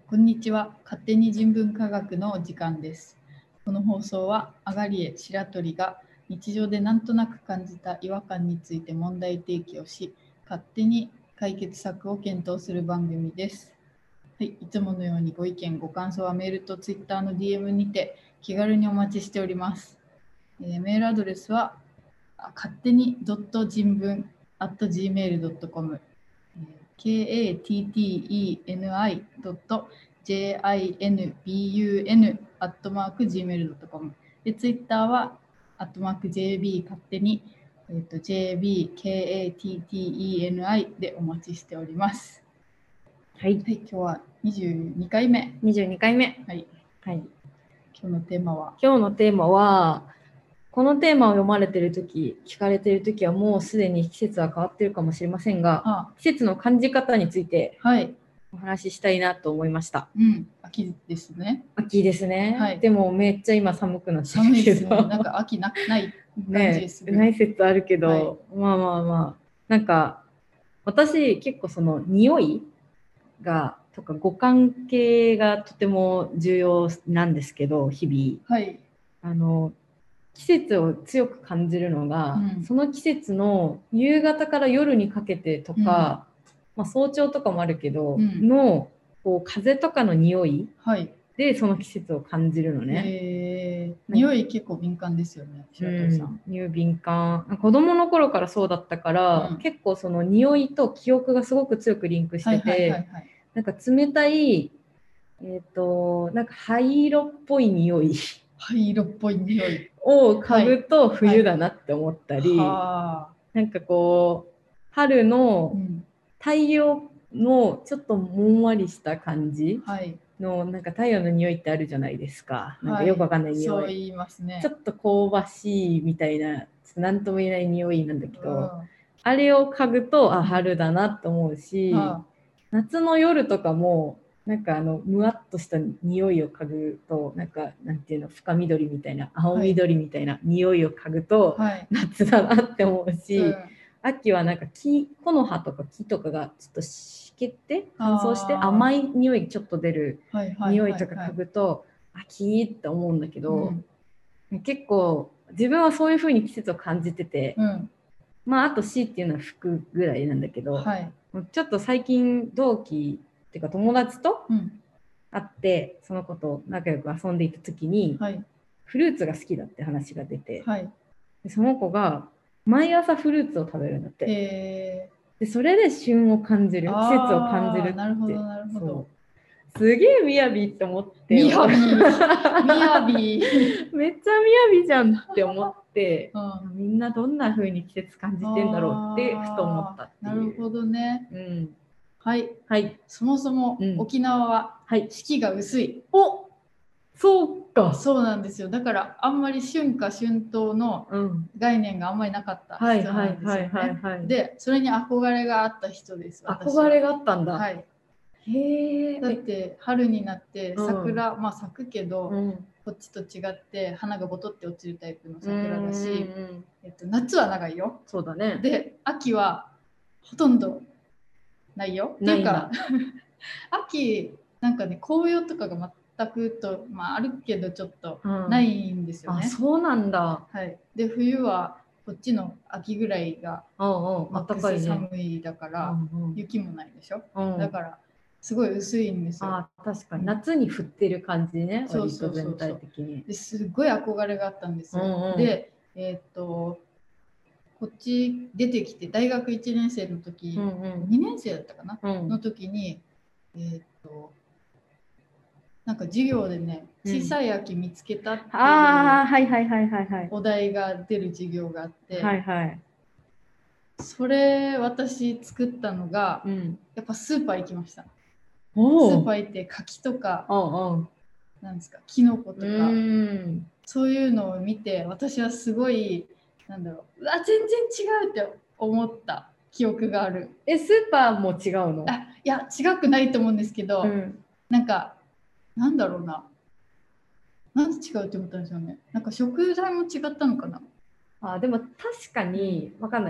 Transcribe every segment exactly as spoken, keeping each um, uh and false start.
こんにちは。勝手に人文科学のお時間です。この放送はアガリエ白鳥が日常でなんとなく感じた違和感について問題提起をし、勝手に解決策を検討する番組です。はい、いつものようにご意見ご感想はメールとツイッターの ディーエム にて気軽にお待ちしております。えー、メールアドレスは勝手に人文 アットジーメールドットコム katteni.jinbun アットマーク ジーメールドットコム で、ツイッターはアットマーク ジェービー 勝手に、えー、と ジェービー ケーエーティーティーイーエヌアイ でお待ちしております。 はい、 はい、今日はにじゅうにかいめ。 にじゅうにかいめ。 はい。 はい。 今日のテーマは今日のテーマは、このテーマを読まれているとき、聞かれているときはもうすでに季節は変わっているかもしれませんが、 ああ季節の感じ方についてはいお話ししたいなと思いました。 うん、秋ですね。 秋ですね。 はい。 でもめっちゃ今寒くなって寒いですね。 るけど。 なんか秋なない感じですね、ない説あるけど、 はい、 まあまあまあ、なんか私結構その匂いがとか五感系がとても重要なんですけど、日々、 はい、 あの季節を強く感じるのが、 うん、 その季節の夕方から夜にかけてとか、うん、まあ、早朝とかもあるけど、うん、のこう風とかの匂いでその季節を感じるのね。 へー、匂い結構敏感ですよね、白鳥さん。うん、 匂い敏感。子供の頃からそうだったから、うん、結構その匂いと記憶がすごく強くリンクしてて、なんか冷たい、えっと、なんか灰色っぽい匂い。 灰色っぽい匂いを嗅ぐと冬だなって思ったり、はい、なんかこう春の太陽のちょっともんわりした感じの、なんか太陽の匂いってあるじゃないですか。なんかよくわかんない匂い、はい、そう言いますね。ちょっと香ばしいみたいな、何とも言えない匂いなんだけど、うん、あれを嗅ぐとあ春だなと思うし、うん、夏の夜とかもなんかあのむわっとした匂いを嗅ぐと、なんかなんていうの、深緑みたいな青緑みたいな匂いを嗅ぐと夏だなって思うし、はい、うん、秋はなんか木、木の葉とか木とかがちょっとしけって乾燥して甘い匂いちょっと出る匂いとか嗅ぐと秋って思うんだけど、うん、結構自分はそういう風に季節を感じてて、うん、まああと C っていうのは服ぐらいなんだけど、はい、ちょっと最近同期っていうか友達と会って、うん、その子と仲良く遊んでいた時に、はい、フルーツが好きだって話が出て、はい、でその子が毎朝フルーツを食べるんだって。へー。でそれで旬を感じる、季節を感じるって。なるほどなるほど。すげえみやびって思って。みやびみやびめっちゃみやびじゃんって思って、うん、みんなどんな風に季節感じてんだろうってふと思ったっていう。なるほどね。うん、はい、はい、そもそも沖縄は四季が薄い、うん、お、そうか。そうなんですよ。だからあんまり春夏春冬の概念があんまりなかった人なんですよね。で、それに憧れがあった人です。 憧れがあったんだ。 はい。へえ。だって春になって桜、うん、まあ咲くけど、うん、こっちと違って花がボトって落ちるタイプの桜だし、えっと、夏は長いよ。 そうだね。 で、秋はほとんどないよ。っていうか秋なんかね、紅葉とかが全くと、まあ、あるけどちょっとないんですよね。 うん、あ、そうなんだ。 はい。で、冬はこっちの秋ぐらいがマックス寒いだから、うんうん、雪もないでしょ。うん、だからすごい薄いんですよ。 あ、確かに夏に降ってる感じね、割と全体的に。 ですごい憧れがあったんですよ。うんうん、で、えー、っとこっち出てきて大学いちねん生の時、うんうん、にねん生だったかな、うん、の時に、えー、っとなんか授業でね、小さい秋見つけたっていうお題が出る授業があって、はいはい、それ私作ったのが、うん、やっぱスーパー行きました。スーパー行って柿とか、なんですか、キノコとか、そういうのを見て、私はすごい、なんだろう、うわ、全然違うって思った記憶がある。 え、スーパーも違うの？ あ、いや、違くないと思うんですけど、うん、なんか、なんだろうな。なんで違うって思ったんですよね。なんか食材も違ったのかな。 あ、でも確かに、わかんない。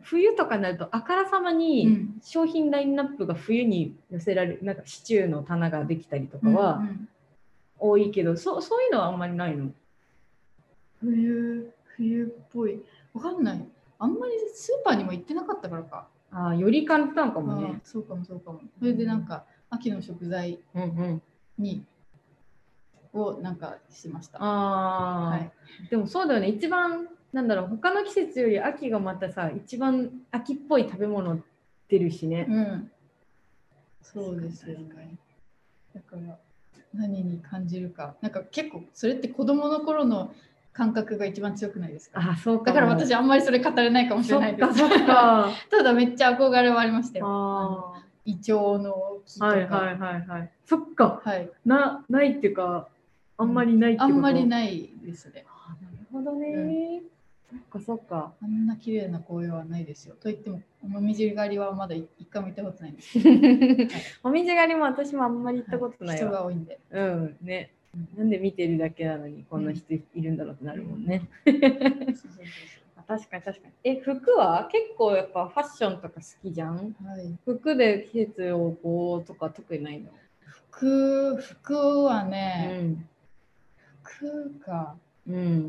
冬とかになるとあからさまに商品ラインナップが冬に寄せられる、なんかシチューの棚ができたりとかは多いけど、うんうん、そ, そういうのはあんまりないの？ 冬冬っぽい、わかんない。あんまりスーパーにも行ってなかったからか。 ああ、より感じたのかもね。 そうかもそうかも。それでなんか、うん、秋の食材に、うんうん、をなんかしました。 ああ、はい、でもそうだよね。一番なんだろう、他の季節より秋がまたさ、一番秋っぽい食べ物出るしね。 うん。そうですよね。だから何に感じるか、なんか結構それって子供の頃の感覚が一番強くないですか？ あ、そうか。 だから私あんまりそれ語れないかもしれないです。 そっかそっかただめっちゃ憧れはありましたよ。あイチョウの木とか。 はいはいはいはい。そっか。はい。なないっていうか、あんまりないってこと、 うん、あんまりないですね。 あ、なるほどね。うん、そっかそっか。 あんな綺麗な紅葉はないですよ。と言っても、もみじ狩りはまだ一回も行ったことないんですけど。はい、 もみじ狩りも私もあんまり行ったことないわ。 はい、人が多いんで。 うんね。なんで見てるだけなのにこんな人いるんだろうってなるもんね。確かに確かに。え、服は結構やっぱファッションとか好きじゃん？はい、服で季節をこうとか特にないの？ 服、服はね、うん、服か、うん、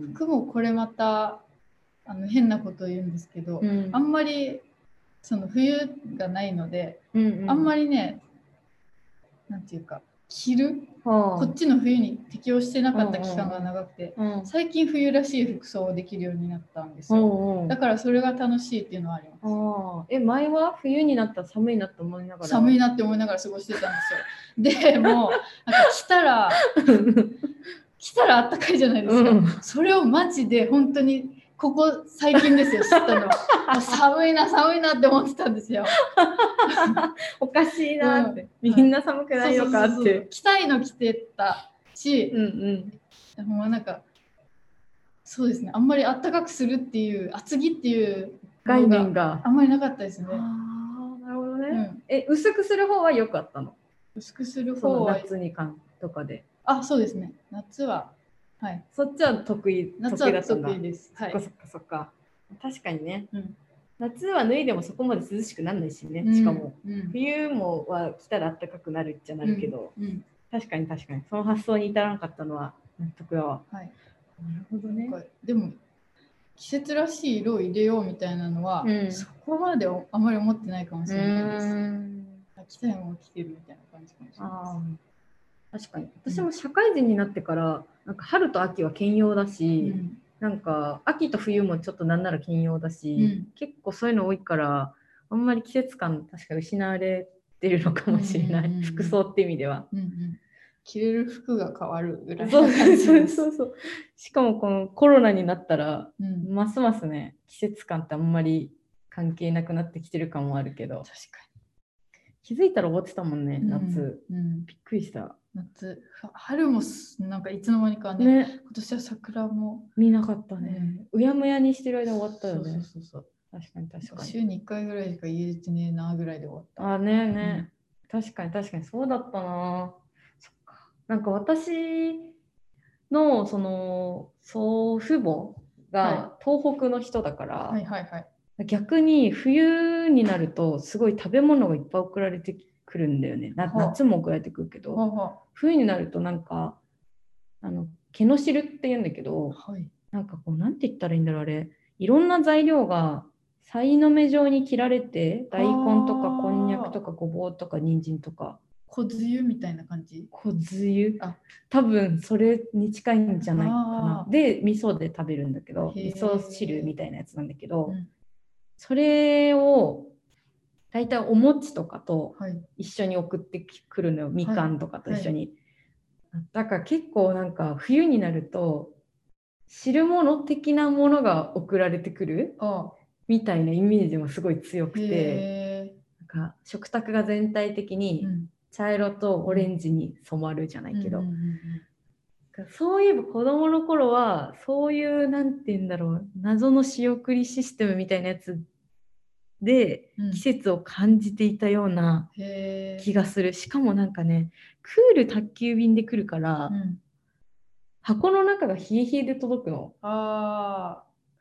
服もこれまたあの変なこと言うんですけど、うん、あんまりその冬がないので、うんうん、あんまりね、なんていうか着る、はあ、こっちの冬に適応してなかった期間が長くて、うんうん、最近冬らしい服装をできるようになったんですよ、うんうん、だからそれが楽しいっていうのはあります。 あ、え、前は冬になったら寒いなって思いながら寒いなって思いながら過ごしてたんですよ。でもなんか着たら着たらあったかいじゃないですか、うん、それをマジで本当にここ最近ですよ知ったのは。寒いな寒いなって思ってたんですよ。 おかしいなって、うん、みんな寒くないのかって。 着たいの着てたし、うんうん、もうなんかそうですね、あんまりあったかくするっていう厚着っていう概念があんまりなかったですね。 あ、なるほどね、うん、え、薄くする方は良かったの？ 薄くする方は夏に関とかで。 あ、そうですね、夏ははい、 そっちは得意、 夏は得意です。 そっかそっかそっか。確かにね、うん、夏は脱いでもそこまで涼しくならないしね、うん、しかも、うん、冬もは着たら暖かくなるっちゃなるけど、うんうん、確かに確かにその発想に至らなかったのは納得だわ。はい、なるほどね。 でも季節らしい色を入れようみたいなのは、うん、そこまであまり思ってないかもしれないです。着たいもの着てるみたいな感じかもしれないです。 確かに私も社会人になってからなんか春と秋は兼用だし、うん、なんか秋と冬もちょっとなんなら兼用だし、うん、結構そういうの多いからあんまり季節感確か失われてるのかもしれない、うんうんうん、服装って意味では、うんうん、 着れる服が変わるぐらいな感じです。 そうそうそう。しかもこのコロナになったら、うん、ますますね季節感ってあんまり関係なくなってきてる感もあるけど、確かに気づいたら終わってたもんね、夏、うんうん、びっくりした。 夏、春もなんかいつの間にか ね, ね、今年は桜も見なかったね、うん、うやむやにしてる間終わったよね。そうそうそう、 確かに確かに週にいっかいぐらいしか家出てねえなぐらいで終わった。 あねえね、うん、確かに確かにそうだったな。そっか、なんか私のその祖父母が東北の人だから、はいはいはいはい、逆に冬になるとすごい食べ物がいっぱい送られてくるんだよね。な夏も送られてくるけど、はは冬になるとなんかあの毛の汁って言うんだけど、はい、なんかこうなんて言ったらいいんだろう、あれいろんな材料がさいの目状に切られて、大根とかこんにゃくとかごぼうとか人参とか、 小つゆみたいな感じ。 小つゆ、あ、多分それに近いんじゃないかな。で味噌で食べるんだけど、味噌汁みたいなやつなんだけど、うん、それを大体お餅とかと一緒に送ってくるのよ、はい、みかんとかと一緒に、はいはい、だから結構なんか冬になると汁物的なものが送られてくるみたいなイメージもすごい強くて、なんか食卓が全体的に茶色とオレンジに染まるじゃないけど、そういえば子どもの頃はそういうなんて言うんだろう、謎の仕送りシステムみたいなやつで季節を感じていたような気がする、うん、しかもなんかねクール宅急便で来るから、うん、箱の中が冷え冷えで届くの。あ、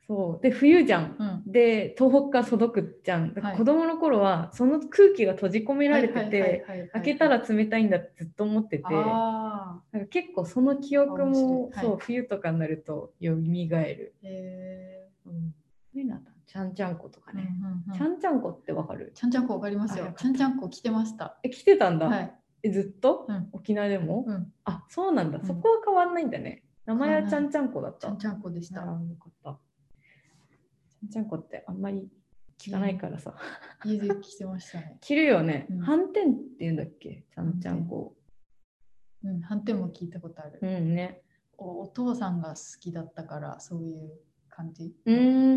そうで冬じゃん、うん、で東北から届くじゃん。だから子供の頃はその空気が閉じ込められてて開けたら冷たいんだってずっと思ってて、あなんか結構その記憶も、はい、そう冬とかになるとよみがえる。へー、うん、冬なんだ。ちゃんちゃんことかね、うんうんうん、ちゃんちゃんこってわかる？ ちゃんちゃんこわかりますよ。ちゃんちゃんこ着てました。 え着てたんだ、はい、えずっと、 うん、 沖縄でも、うん、あそうなんだ、うん、そこは変わんないんだね。名前はちゃんちゃんこだった。 ちゃんちゃんこでした。あよかった。 ちゃんちゃんこってあんまり聞かないからさ。 家で着てましたね。 着るよね。うん、はんてんって言うんだっけ、ちゃんちゃんこ。 うん、はんてんも聞いたことある。 うんね。 お、お父さんが好きだったからそういう感じ。 うん、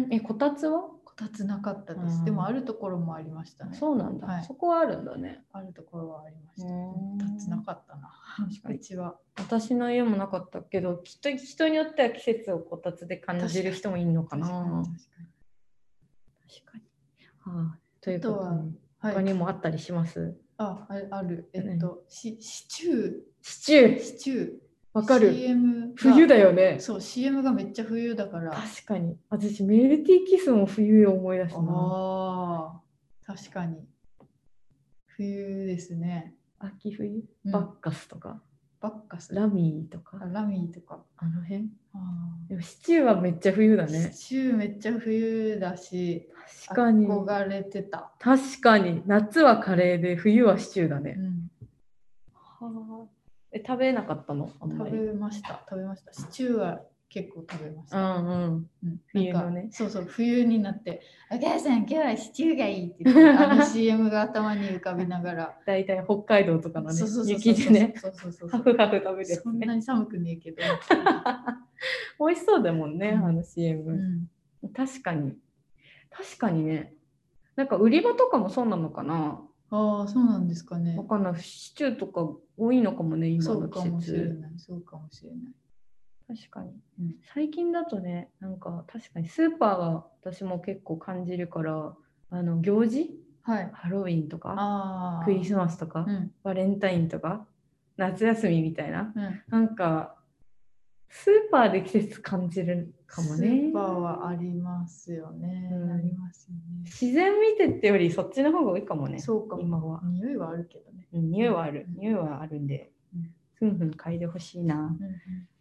えこたつは？ こたつなかったです。でもあるところもありましたね。 そうなんだ、はい。そこはあるんだね。 あるところはありました。こたつなかったな。うちは。 私の家もなかったけど、きっと人によっては季節をこたつで感じる人もいるのかな。確かに確かに。確かに。はあ、ということで、他にもあったりします？ あ、ある。えっと、シチュー。 シチュー。 シチュー。 わかる。 シーエム冬だよね。 そう、シーエム がめっちゃ冬だから。 確かに。私、メルティーキスも冬を思い出したな。 ああ、確かに。冬ですね。 秋冬、うん、バッカスとか。 バッカス。 ラミーとか。 ラミーとか。 あの辺。あでもシチューはめっちゃ冬だね。 シチューめっちゃ冬だし、 確かに。 憧れてた。 確かに。夏はカレーで冬はシチューだね。うん、はあ。え、食べなかったの？あんまり。 食べました。食べました。シチューは結構食べました。 うんうんうん、冬のね。 そうそう、冬になって、お母さん、今日はシチューがいいって言って、あの シーエム が頭に浮かびながら。 だいたい北海道とかのね、雪でね、ハフハフ食べるやつね。 そんなに寒くねえけど。 美味しそうだもんね、うん、あの シーエム、うん。確かに。確かにね。なんか売り場とかもそうなのかな。 ああ、そうなんですかね。 わかんない。シチューとか多いのかもね、今の季節。 そうかもしれない。そうかもしれない。 確かに、うん、最近だとね、なんか確かにスーパーが私も結構感じるから、あの行事、はい、ハロウィンとかクリスマスとか、うん、バレンタインとか夏休みみたいな、うん、なんかスーパーで季節感じるかもね。 スーパーはありますよね。うん、ありますよね。 自然見てってよりそっちの方が多いかもね。 そうかも。 今は。 匂いはあるけどね。 うん、匂いはある。うん、匂いはあるんで、ふんふん嗅いでほしいな。うんうん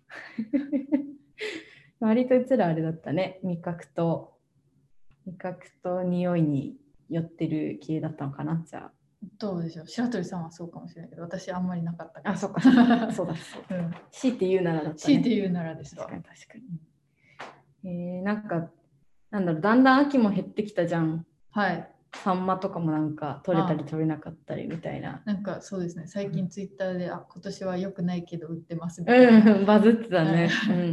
割とうちらあれだったね。味覚と味覚と匂いに寄ってる系だったのかな。じゃあどうでしょう。白鳥さんはそうかもしれないけど、私あんまりなかったから。 あ、そうかそうだそうだそうだ、うん、強いて言うならだったね。 強いて言うならですわ。 確かに確かに。えー、なんかなんだろう、だんだん秋も減ってきたじゃん。はい。サンマとかもなんか取れたり取れなかったりみたいな。 なんかそうですね。最近ツイッターで、うん、あ、今年は良くないけど売ってますみたいな。 うん、バズってたね。うんうんうん。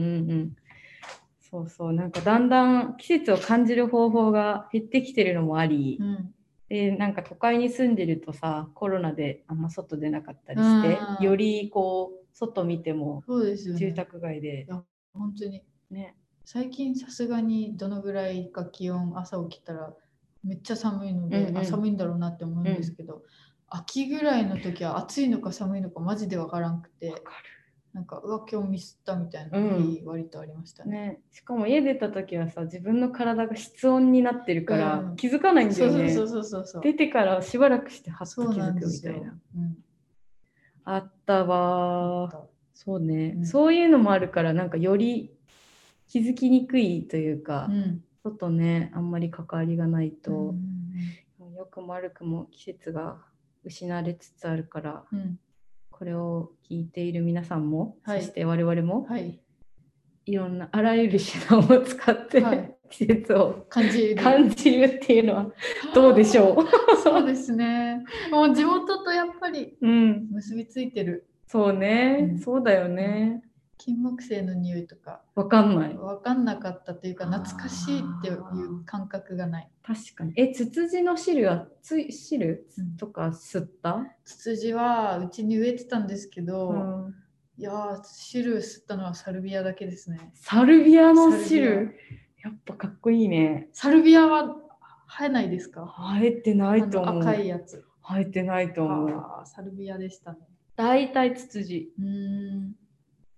そうそう、なんかだんだん季節を感じる方法が減ってきてるのもあり、うん、でなんか都会に住んでるとさ、コロナであんま外出なかったりして、よりこう外見ても住宅街で。 そうですよね。いや本当にね。最近さすがにどのぐらいか気温、朝起きたらめっちゃ寒いので、うんうん、あ寒いんだろうなって思うんですけど、うん、秋ぐらいの時は暑いのか寒いのかマジで分からんくて、なんかうわ今日ミスったみたいな日、うん、割とありましたね。 ね。しかも家出た時はさ、自分の体が室温になってるから、うん、気づかないんだよね。 そうそうそうそう。 出てからしばらくしてはっと気づくみたいな。うん、あったわー。そうね、うん、そういうのもあるからなんかより気づきにくいというか、うん、外ねあんまり関わりがないと、うんうん、よくも悪くも季節が失われつつあるから、うん、これを聞いている皆さんも、はい、そして我々も、はい、いろんなあらゆる手段を使って、はい、季節を感じる、感じるっていうのはどうでしょう。 そうですね。もう地元とやっぱり結びついてる。 うん、そうね、うん、そうだよね。 うん、金木犀の匂いとかわかんない。 わかんなかったというか懐かしいっていう感覚がない。 確かに。え、ツツジの汁はつ汁とか吸った？ ツツジはうちに植えてたんですけど、うん、いや汁吸ったのはサルビアだけですね。 サルビアの汁、やっぱかっこいいね。 サルビアは生えないですか？ 生えてないと思う。 赤いやつ。 生えてないと思う。 あ、サルビアでしたね。 大体ツツジ。 うーん。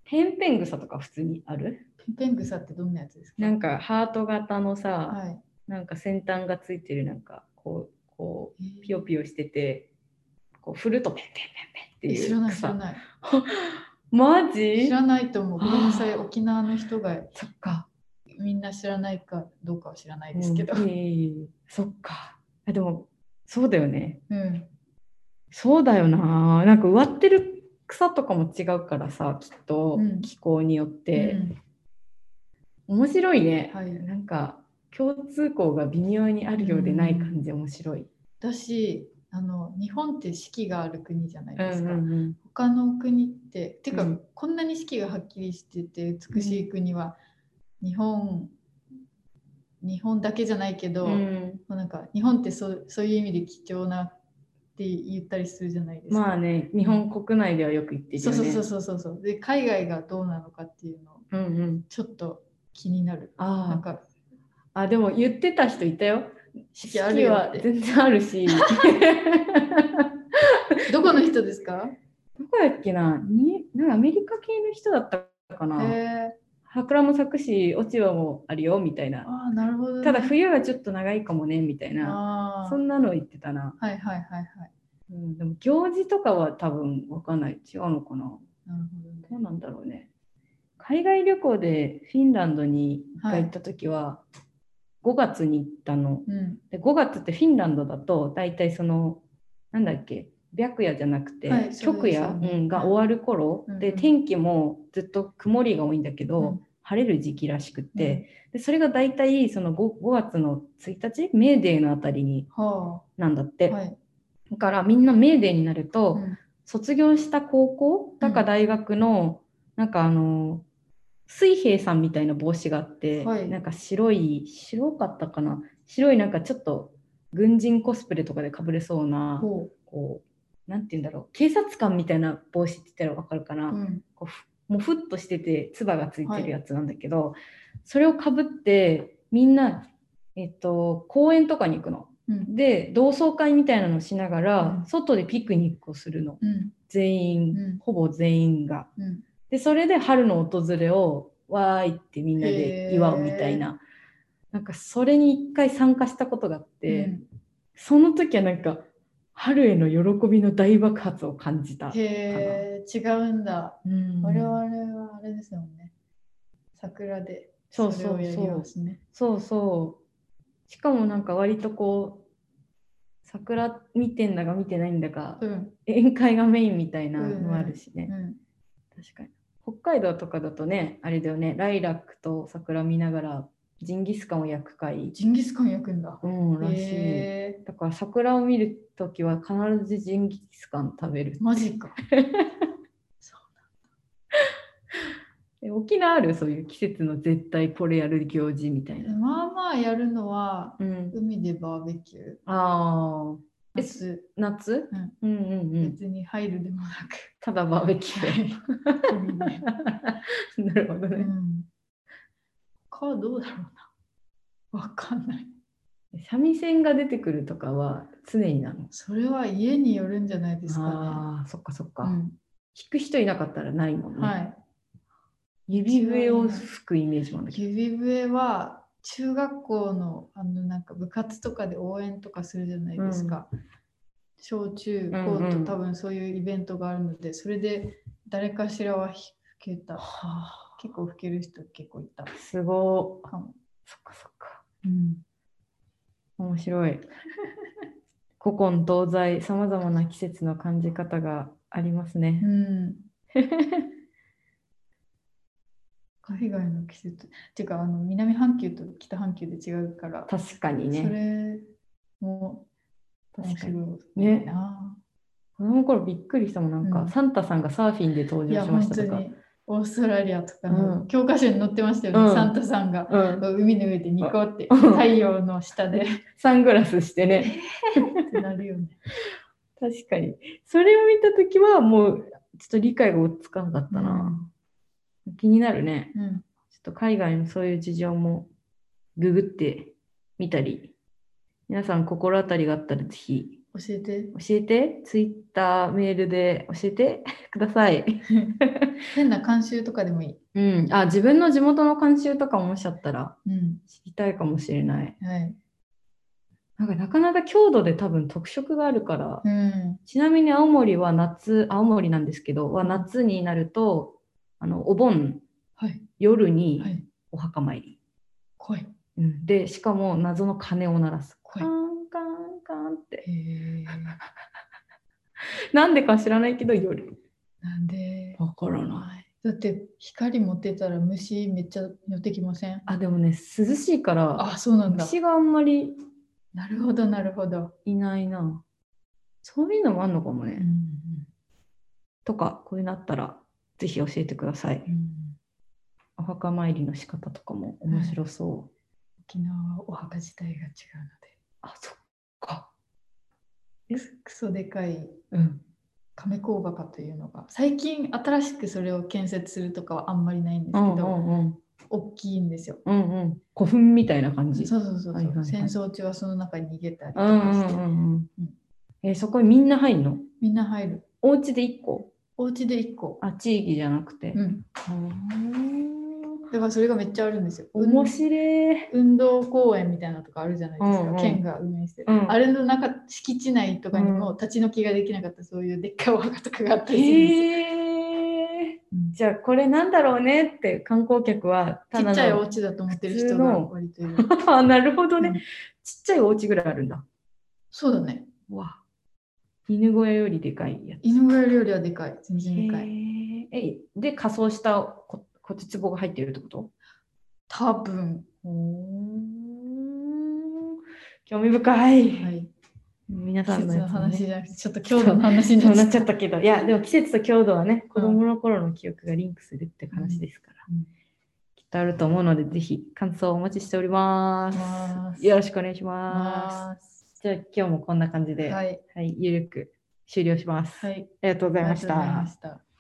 ペンペン草とか普通にある？ ペンペン草ってどんなやつですか？ なんかハート型のさ、 はい、 なんか先端がついてる、なんかこうこうピヨピヨしてて、こう振るとペンペンペンペンっていう草。知らない知らない。マジ？ 知らないと思う。ごめんなさい、沖縄の人が。 そっか。 みんな知らないかどうかは知らないですけど。 うん、いいそっか。あ、でもそうだよね。 うん。 そうだよな。なんか植わってる草とかも違うからさ、きっと気候によって。うんうん、面白いね。はい、なんか共通項が微妙にあるようでない感じ、面白い。 だし、あの日本って四季がある国じゃないですか。うんうんうん、他の国っててか、うん、こんなに四季がはっきりしてて美しい国は日本、日本だけじゃないけど、うん、なんか日本ってそう、そういう意味で貴重なって言ったりするじゃないですか。 まあね、日本国内ではよく言ってるよね。 そうそうそうそう。で海外がどうなのかっていうのを、うんうん、ちょっと気になる。 あなんかあ、でも言ってた人いたよ。 四季あるよって。 四季は全然あるし。 どこの人ですか？ どこやっけな、になんかアメリカ系の人だったかな。桜も咲くし、落ち葉もあるよみたいな。 あ、なるほどね、 ただ冬はちょっと長いかもねみたいな。そんなの言ってたな。 はいはいはいはい。 うん、でも行事とかは多分わかんない。違うのかな。 なるほどね。 どうなんだろうね。海外旅行でフィンランドに一回行った時はごがつに行ったの。うん、でごがつってフィンランドだと大体そのなんだっけ、白夜じゃなくて、はい、極夜、ね、うん、が終わる頃、うん、で天気もずっと曇りが多いんだけど、うん、晴れる時期らしくて、うん、でそれが大体その 5, ごがつのついたちメーデーのあたりになんだって、はあ、はい、だからみんなメーデーになると、うん、卒業した高校だか大学の、うん、なんかあの水兵さんみたいな帽子があって、はい、なんか白い白かったかな、白いなんかちょっと軍人コスプレとかでかぶれそうな、こうなんて言うんだろう、警察官みたいな帽子って言ったら分かるかな、うん、こうもうふっとしててつばがついてるやつなんだけど、はい、それをかぶってみんな、えっと、公園とかに行くの、うん、で同窓会みたいなのをしながら、うん、外でピクニックをするの、うん、全員、うん、ほぼ全員が、うん、でそれで春の訪れをわーいってみんなで祝うみたいな、なんかそれに一回参加したことがあって、うん、その時はなんか春への喜びの大爆発を感じたかな。 へー、違うんだ、うん、我々はあれですよね、桜でそれをやりますね。 そうそうそう、そうそう、しかもなんか割とこう桜見てんだか見てないんだか、うん、宴会がメインみたいなのもあるしね、うんうん、確かに北海道とかだとね、あれだよね、ライラックと桜見ながらジンギスカンを焼く会。 ジンギスカン焼くんだ。 うん、らしい。だから桜を見るときは必ずジンギスカン食べる。 マジか。 そうなんだ。沖縄ある？そういう季節の絶対これやる行事みたいな。 まあまあやるのは、うん、海でバーベキュー。ああ。 夏。夏、 うん、うんうんうん。別に入るでもなく。 ただバーベキュー。海で。なるほどね。うん、 かどうだろうな。わかんない。 三味線が出てくるとかは常になの？ それは家によるんじゃないですかね。 ああ、そっかそっか。うん、弾く人いなかったらないもんね。はい。指笛を吹くイメージもあるけど。 指笛は中学校のあのなんか部活とかで応援とかするじゃないですか。うん、小中高と多分そういうイベントがあるので、うんうん、それで誰かしらは吹けた。はあ、結構吹ける人結構いた。 すごい。そっかそっか。うん。面白い。古今東西さまざまな季節の感じ方がありますね。うん、海外の季節っていうか、あの南半球と北半球で違うから。 確かにね。 それも面白いね。な。子供の頃びっくりしたもん、なんか、うん、サンタさんがサーフィンで登場しましたとか。 オーストラリアとかの教科書に載ってましたよね、うん、サンタさんが、うん、海の上でニコって、うん、太陽の下でサングラスしてねってなるよね。 確かにそれを見たときはもうちょっと理解がつかなかったな、うん、気になるね、うん、ちょっと海外のそういう事情もググってみたり、皆さん心当たりがあったらぜひ教えて。 教えて。ツイッター、メールで教えてください。 変な慣習とかでもいい。 うん。あ、自分の地元の慣習とかもしあったらうん、 知りたいかもしれない。 はい。 なんかなかなか郷土で多分特色があるから、 うん、 ちなみに青森は夏、青森なんですけど、は夏になると、あのお盆、 はい、 夜にお墓参り。 怖い。 うん、で、しかも謎の鐘を鳴らす。 怖い。 カンカンカンって。 へなんでか知らないけど夜。 なんでわからない。 だって光持ってたら虫めっちゃ寄ってきません？ あ、でもね、涼しいから、 あ、そうなんだ。 虫があんまりなるほど、なるほど。 いないな。そういうのもあんのかもね。 うんうん、 とか、こういうのあったら、ぜひ教えてください。 うん、 お墓参りの仕方とかも面白そう。はい、 沖縄はお墓自体が違うので。 あ、そっか。 クソでかい、 うん。 亀甲墓というのが、最近新しくそれを建設するとかはあんまりないんですけど、うんうんうん、大きいんですよ。 うんうん。古墳みたいな感じ。 そうそうそうそう、はいはいはい、戦争中はその中に逃げたりとかして。うんうんうんうん、えー、そこにみんな入るの？ みんな入る。 お家でいっこ？ お家でいっこ。 あ、地域じゃなくて。 うん。だからそれがめっちゃあるんですよ。 面白い。 運動公園みたいなとかあるじゃないですか、うんうん、県が運営してる、うん、あれの中敷地内とかにも立ち退きができなかった、そういうでっかいお墓とかがあったりするんですよ。へー、じゃあこれなんだろうねって観光客はただのちっちゃいお家だと思ってる人が割といる。 あ、なるほどね、うん、ちっちゃいお家ぐらいあるんだ。 そうだね。 わ、犬小屋よりでかいやつ。 犬小屋よりはでかい、全然でかい。 え、で仮装した骨壺が入っているってこと？ 多分。 興味深い。 はい。 皆さんの、 ね、季節の話じゃなくて、ちょっと郷土の話になっちゃったけど、いや、でも季節と郷土はね、子供の頃の記憶がリンクするって話ですから、うんうん、きっとあると思うので、ぜひ感想をお待ちしております。ますよろしくお願いします。じゃあ、今日もこんな感じで、はい、はい、ゆるく終了します。はい、ありがとうございました。